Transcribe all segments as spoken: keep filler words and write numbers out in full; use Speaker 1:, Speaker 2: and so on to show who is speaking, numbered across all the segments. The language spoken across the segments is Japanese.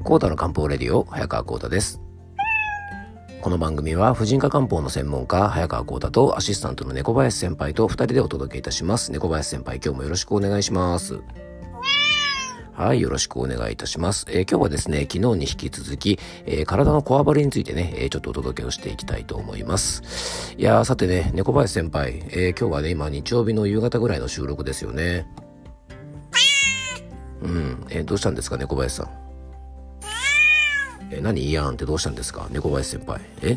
Speaker 1: コータの漢方レディオ、早川コータです。この番組は婦人科漢方の専門家早川コータとアシスタントの猫林先輩とふたりでお届けいたします。猫林先輩、今日もよろしくお願いします。はい、よろしくお願いいたします。えー、今日はですね、昨日に引き続き、えー、体のこわばりについてね、えー、ちょっとお届けをしていきたいと思います。いやー、さてね、猫林先輩、えー、今日はね、今日曜日の夕方ぐらいの収録ですよね。うん、えー、どうしたんですか、猫林さん。え、何いやんってどうしたんですか、猫林先輩。え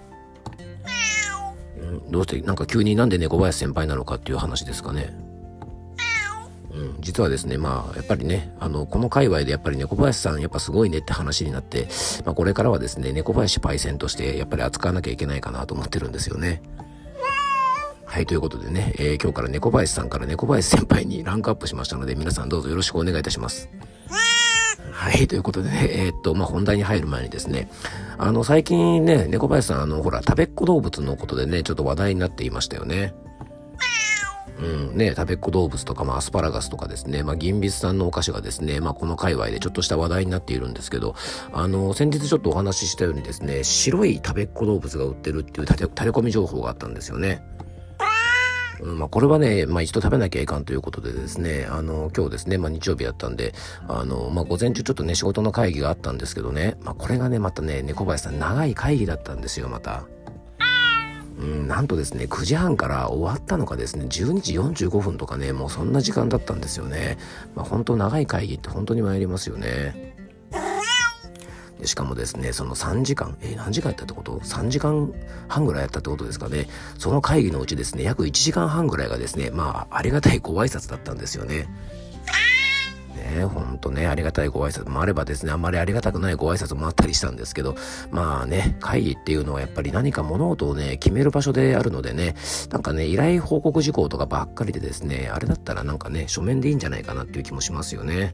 Speaker 1: んどうしてなんか急になんで猫林先輩なのかっていう話ですかね。うん、実はですね、まあやっぱりね、あのこの界隈でやっぱり猫林さんやっぱすごいねって話になって、まあ、これからはですね、猫林パイセンとしてやっぱり扱わなきゃいけないかなと思ってるんですよね。はい、ということでね、えー、今日から猫林さんから猫林先輩にランクアップしましたので、皆さんどうぞよろしくお願いいたします。はい、ということでね、えー、っと、まあ、本題に入る前にですね、あの、最近ね、猫林さん、あの、ほら、食べっ子動物のことでね、ちょっと話題になっていましたよね。うん、ね、食べっ子動物とか、まあ、アスパラガスとかですね、まあ、銀筆さんのお菓子がですね、まあ、この界隈でちょっとした話題になっているんですけど、あの、先日ちょっとお話ししたようにですね、白い食べっ子動物が売ってるっていうタレ、タレコミ情報があったんですよね。うん、まあ、これはね、まあ、一度食べなきゃいかんということでですね、あの、今日ですね、まあ、日曜日だったんで、あの、まあ、午前中ちょっとね、仕事の会議があったんですけどね、まあ、これがね、またね、猫林さん、長い会議だったんですよ、また。うん、なんとですね、くじはんから終わったのがですね、じゅうにじよんじゅうごふんとかね、もうそんな時間だったんですよね。まあ、本当長い会議って本当に参りますよね。でしかもですね、そのさんじかん、えー、何時間やったってこと ?さんじかんはんぐらいやったってことですかね。その会議のうちですね、約いちじかんはんぐらいがですね、まあ、ありがたいご挨拶だったんですよね。ね、ほんとね、ありがたいご挨拶もあればですね、あんまりありがたくないご挨拶もあったりしたんですけど、まあね、会議っていうのはやっぱり何か物事をね、決める場所であるのでね、なんかね、依頼報告事項とかばっかりでですね、あれだったらなんかね、書面でいいんじゃないかなっていう気もしますよね。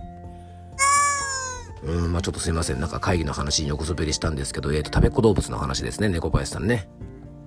Speaker 1: うん、まあちょっとすいません。なんか会議の話に横滑りしたんですけど、えーと、食べっ子動物の話ですね、猫林さんね。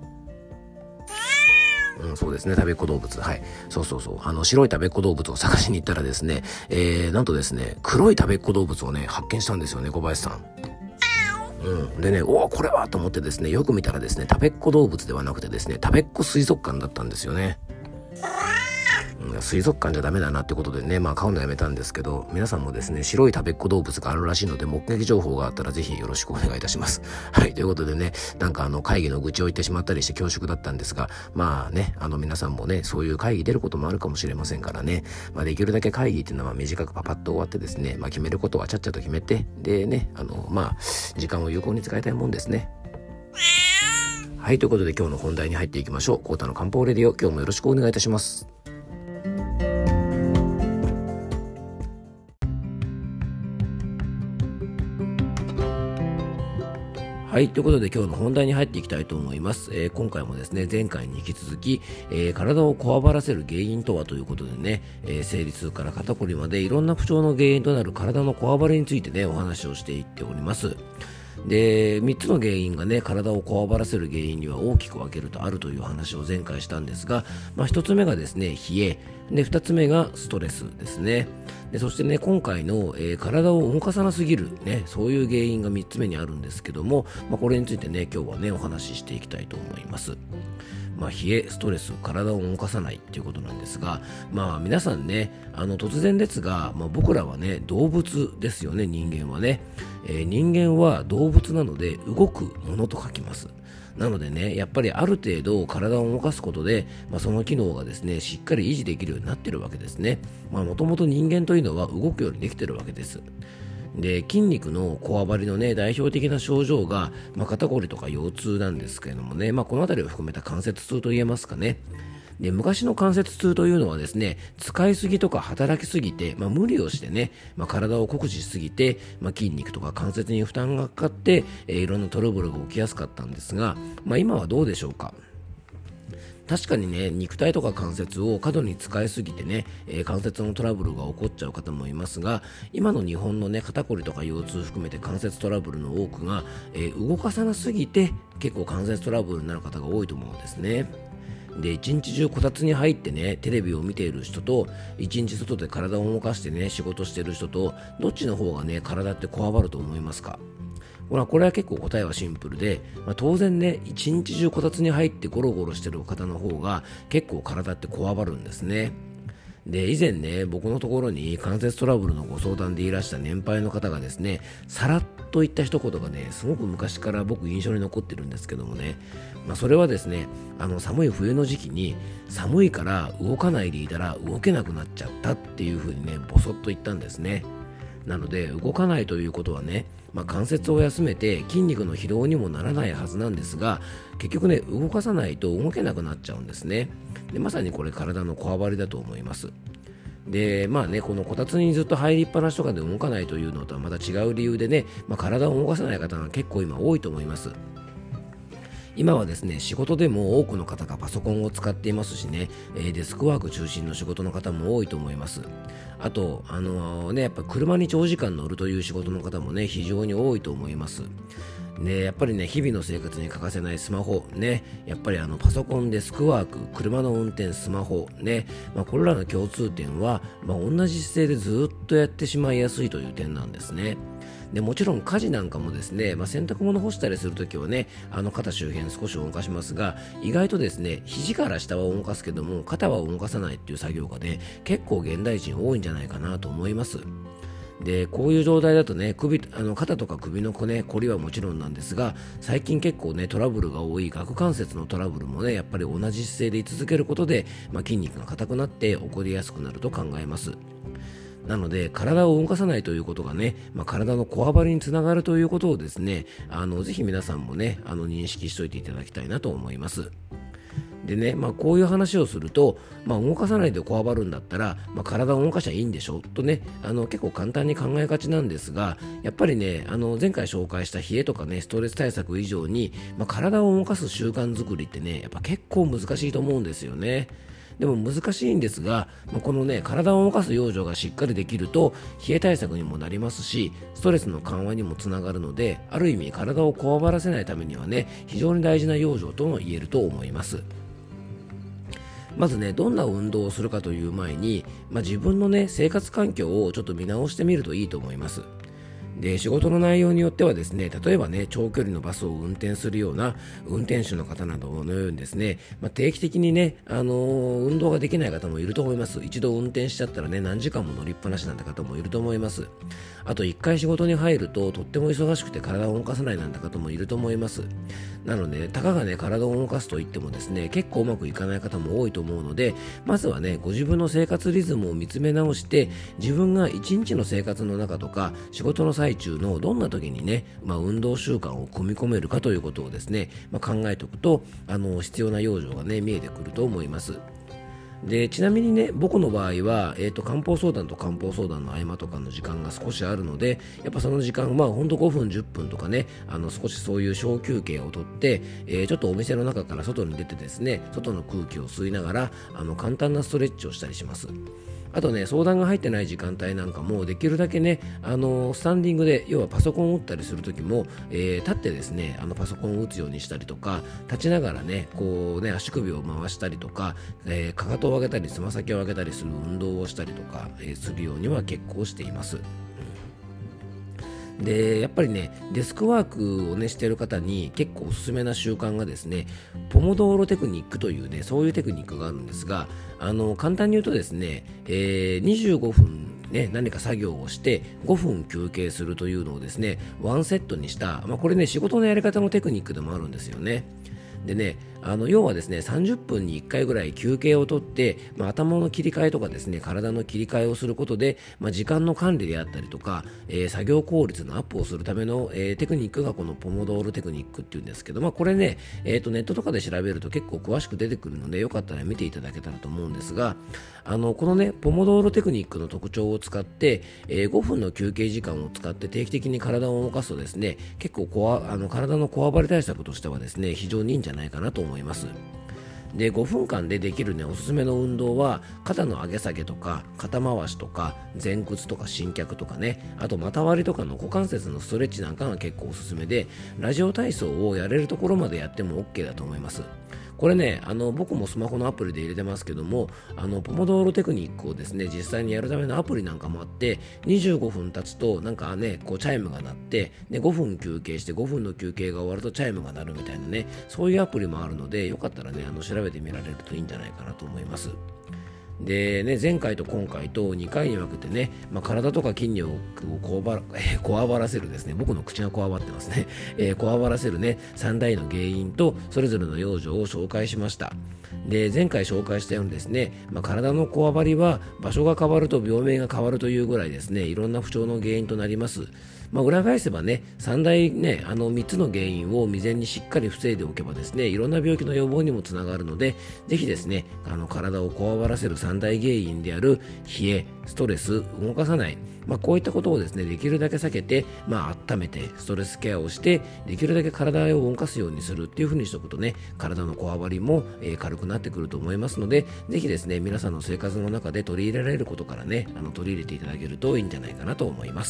Speaker 1: うん、そうですね、食べっ子動物。はい。そうそうそう。あの、白い食べっ子動物を探しに行ったらですね、えー、なんとですね、黒い食べっ子動物をね、発見したんですよね、猫林さん。うん。でね、おお、これはと思ってですね、よく見たらですね、食べっ子動物ではなくてですね、食べっ子水族館だったんですよね。水族館じゃダメだなってことでね、まあ買うのやめたんですけど、皆さんもですね、白い食べっ子動物があるらしいので、目撃情報があったらぜひよろしくお願いいたします。はい、ということでね、なんかあの会議の愚痴を言ってしまったりして恐縮だったんですが、まあね、あの皆さんもね、そういう会議出ることもあるかもしれませんからね、まあできるだけ会議っていうのは短くパパッと終わってですね、まあ決めることはちゃっちゃと決めて、でね、あの、まあ、時間を有効に使いたいもんですね。はい、ということで今日の本題に入っていきましょう。コータの漢方レディオ、今日もよろしくお願いいたします。はい、ということで今日の本題に入っていきたいと思います。えー、今回もですね、前回に引き続き、えー、体をこわばらせる原因とはということでね、えー、生理痛から肩こりまでいろんな不調の原因となる体のこわばりについてね、お話をしていっております。で、みっつの原因がね、体をこわばらせる原因には大きく分けるとあるという話を前回したんですが、まあ、ひとつめがですね、冷え、で、ふたつめがストレスですね。で、そしてね、今回の、えー、体を動かさなすぎる、ね、そういう原因がみっつめにあるんですけども、まあ、これについてね、今日はね、お話ししていきたいと思います。まあ、冷え、ストレス、体を動かさないっていうことなんですが、まあ皆さんね、あの突然ですが、まあ、僕らはね、動物ですよね、人間はね、えー、人間は動物なので動くものと書きます。なのでね、やっぱりある程度体を動かすことで、まあ、その機能がですね、しっかり維持できるようになっているわけですね。まあもともと人間というのは動くようにできているわけです。で、筋肉のこわばりのね、代表的な症状が、まあ、肩こりとか腰痛なんですけれどもね、まあ、このあたりを含めた関節痛と言えますかね。で、昔の関節痛というのはですね、使いすぎとか働きすぎて、まあ、無理をしてね、まあ、体を酷使しすぎて、まあ、筋肉とか関節に負担がかかって、えー、いろんなトラブルが起きやすかったんですが、まあ、今はどうでしょうか。確かにね、肉体とか関節を過度に使いすぎてね、えー、関節のトラブルが起こっちゃう方もいますが、今の日本のね、肩こりとか腰痛含めて関節トラブルの多くが、えー、動かさなすぎて結構関節トラブルになる方が多いと思うんですね。 で、一日中こたつに入ってね、テレビを見ている人と、一日外で体を動かしてね、仕事している人と、どっちの方がね、体ってこわばると思いますか？ほら、これは結構答えはシンプルで、まあ、当然ね、一日中こたつに入ってゴロゴロしてる方の方が結構体ってこわばるんですね。で、以前ね、僕のところに関節トラブルのご相談でいらした年配の方がですね、さらっと言った一言がね、すごく昔から僕印象に残ってるんですけどもね、まあ、それはですね、あの寒い冬の時期に寒いから動かないでいたら動けなくなっちゃったっていう風にね、ボソッと言ったんですね。なので、動かないということはね、まあ、関節を休めて筋肉の疲労にもならないはずなんですが、結局ね、動かさないと動けなくなっちゃうんですね。で、まさにこれ体のこわばりだと思います。で、まあね、このこたつにずっと入りっぱなしとかで動かないというのとはまた違う理由でね、まあ、体を動かせない方が結構今多いと思います。今はですね、仕事でも多くの方がパソコンを使っていますしね、えーデスクワーク中心の仕事の方も多いと思います。あと、あのーね、やっぱ車に長時間乗るという仕事の方もね、非常に多いと思います。ね、やっぱりね、日々の生活に欠かせないスマホ、ね、やっぱりあのパソコン、デスクワーク、車の運転、スマホ、ね、まあ、これらの共通点は、まあ、同じ姿勢でずっとやってしまいやすいという点なんですね。で、もちろん家事なんかもですね、まあ、洗濯物干したりするときはね、あの肩周辺少し動かしますが、意外とですね、肘から下は動かすけども肩は動かさないっていう作業がね、結構現代人多いんじゃないかなと思います。で、こういう状態だとね、首あの肩とか首の、ね、こりはもちろんなんですが、最近結構ねトラブルが多い顎関節のトラブルもね、やっぱり同じ姿勢で居続けることで、まあ、筋肉が硬くなって起こりやすくなると考えます。なので、体を動かさないということがね、まあ、体のこわばりにつながるということをですね、あのぜひ皆さんもね、あの認識しておいていただきたいなと思います。でね、まあ、こういう話をすると、まあ、動かさないでこわばるんだったら、まあ、体を動かしゃいいんでしょとね、あの結構簡単に考えがちなんですが、やっぱりね、あの前回紹介した冷えとかね、ストレス対策以上に、まあ、体を動かす習慣作りってね、やっぱ結構難しいと思うんですよね。でも難しいんですが、まあ、このね、体を動かす養生がしっかりできると冷え対策にもなりますし、ストレスの緩和にもつながるので、ある意味体をこわばらせないためにはね、非常に大事な養生とも言えると思います。まずね、どんな運動をするかという前に、まあ、自分のね、生活環境をちょっと見直してみるといいと思います。で、仕事の内容によってはですね、例えばね、長距離のバスを運転するような運転手の方などのようにですね、まあ、定期的にね、あのー運動ができない方もいると思います。一度運転しちゃったらね、何時間も乗りっぱなしなんて方もいると思います。あと、一回仕事に入るととっても忙しくて体を動かさないなんて方もいると思います。なので、たかがね、体を動かすと言ってもですね、結構うまくいかない方も多いと思うので、まずはね、ご自分の生活リズムを見つめ直して、自分が一日の生活の中とか仕事の最中のどんな時にね、まあ、運動習慣を組み込めるかということをですね、まあ、考えておくと、あの必要な養生がね、見えてくると思います。で、ちなみにね、僕の場合は、えーと、漢方相談と漢方相談の合間とかの時間が少しあるので、やっぱその時間、まあほんとごふんじゅっぷんとかね、あの少しそういう小休憩をとって、えーちょっとお店の中から外に出てですね、外の空気を吸いながら、あの簡単なストレッチをしたりします。あとね、相談が入ってない時間帯なんかもできるだけね、あのスタンディングで、要はパソコンを打ったりするときも、えー立ってですね、あのパソコンを打つようにしたりとか、立ちながらね、こうね、足首を回したりとか、えーかかとを上げたりつま先を上げたりする運動をしたりとか、えーするようには結構しています。で、やっぱりね、デスクワークをねしている方に結構おすすめな習慣がですね、ポモドーロテクニックというね、そういうテクニックがあるんですが、あの簡単に言うとですね、えー、にじゅうごふんね、何か作業をしてごふん休憩するというのをですね、ワンセットにした、まあ、これね、仕事のやり方のテクニックでもあるんですよね。でね、あの要はですね、さんじゅっぷんにいっかいぐらい休憩をとって、まあ、頭の切り替えとかですね、体の切り替えをすることで、まあ、時間の管理であったりとか、えー作業効率のアップをするための、えーテクニックがこのポモドーロテクニックっていうんですけど、まあ、これね、えーとネットとかで調べると結構詳しく出てくるので、よかったら見ていただけたらと思うんですが、あのこのね、ポモドーロテクニックの特徴を使って、えーごふんの休憩時間を使って定期的に体を動かすとですね、結構こわあの体のこわばり対策としてはですね、非常にいいんじゃないかなと思います。で、ごふんかんでできるね、おすすめの運動は肩の上げ下げとか肩回しとか前屈とか伸脚とかね、あと股割りとかの股関節のストレッチなんかが結構おすすめで、ラジオ体操をやれるところまでやっても OK だと思います。 これね、あの、僕もスマホのアプリで入れてますけども、あの、ポモドーロテクニックをですね、実際にやるためのアプリなんかもあって、にじゅうごふん経つと、なんかね、こう、チャイムが鳴って、で、ごふん休憩して、ごふんの休憩が終わるとチャイムが鳴るみたいなね、そういうアプリもあるので、よかったらね、あの、調べてみられるといいんじゃないかなと思います。でね、前回と今回とにかいに分けてね、まあ、体とか筋肉をこわばら、えー、こわばらせるですね、僕の口がこわばってますね、えー、こわばらせるね、さん大の原因とそれぞれの養生を紹介しました。で、前回紹介したようにですね、まあ、体のこわばりは場所が変わると病名が変わるというぐらいですね、いろんな不調の原因となります。まあ、裏返せばね、さん大ね、あのみっつの原因を未然にしっかり防いでおけばですね、いろんな病気の予防にもつながるので、ぜひですね、あの体をこわばらせるさん大原因である冷え、ストレス、動かさない、まあ、こういったことをですね、できるだけ避けて、まあ、温めてストレスケアをして、できるだけ体を動かすようにするっていう風にしておくとね、体のこわばりも、えー、軽くなってくると思いますので、ぜひですね、皆さんの生活の中で取り入れられることからね、あの取り入れていただけるといいんじゃないかなと思います。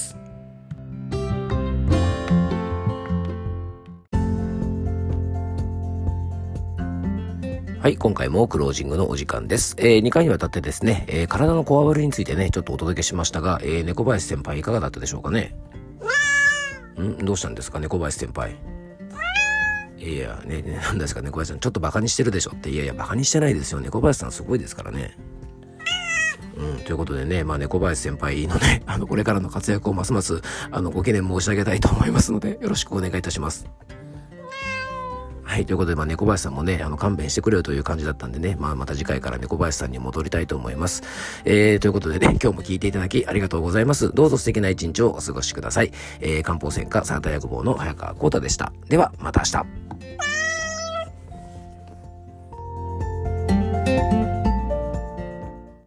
Speaker 1: はい、今回もクロージングのお時間です。えー、にかいにわたってですね、えー、体のこわばりについてね、ちょっとお届けしましたが、えー、猫林先輩いかがだったでしょうかね。んどうしたんですか、猫林先輩。いや、ね、ね、なんですか、猫林さん、ちょっとバカにしてるでしょって。いやいや、バカにしてないですよ。猫林さんすごいですからね。うん、ということでね、まあ、猫林先輩のね、あの、これからの活躍をますます、あの、ご懸念申し上げたいと思いますので、よろしくお願いいたします。はい、ということで、まあ、猫林さんもね、あの、勘弁してくれよという感じだったんでね、まあ、また次回から猫林さんに戻りたいと思います。えー、ということでね、今日も聞いていただきありがとうございます。どうぞ素敵な一日をお過ごしください。えー、漢方専科サーター薬房の早川浩太でした。では、また明日。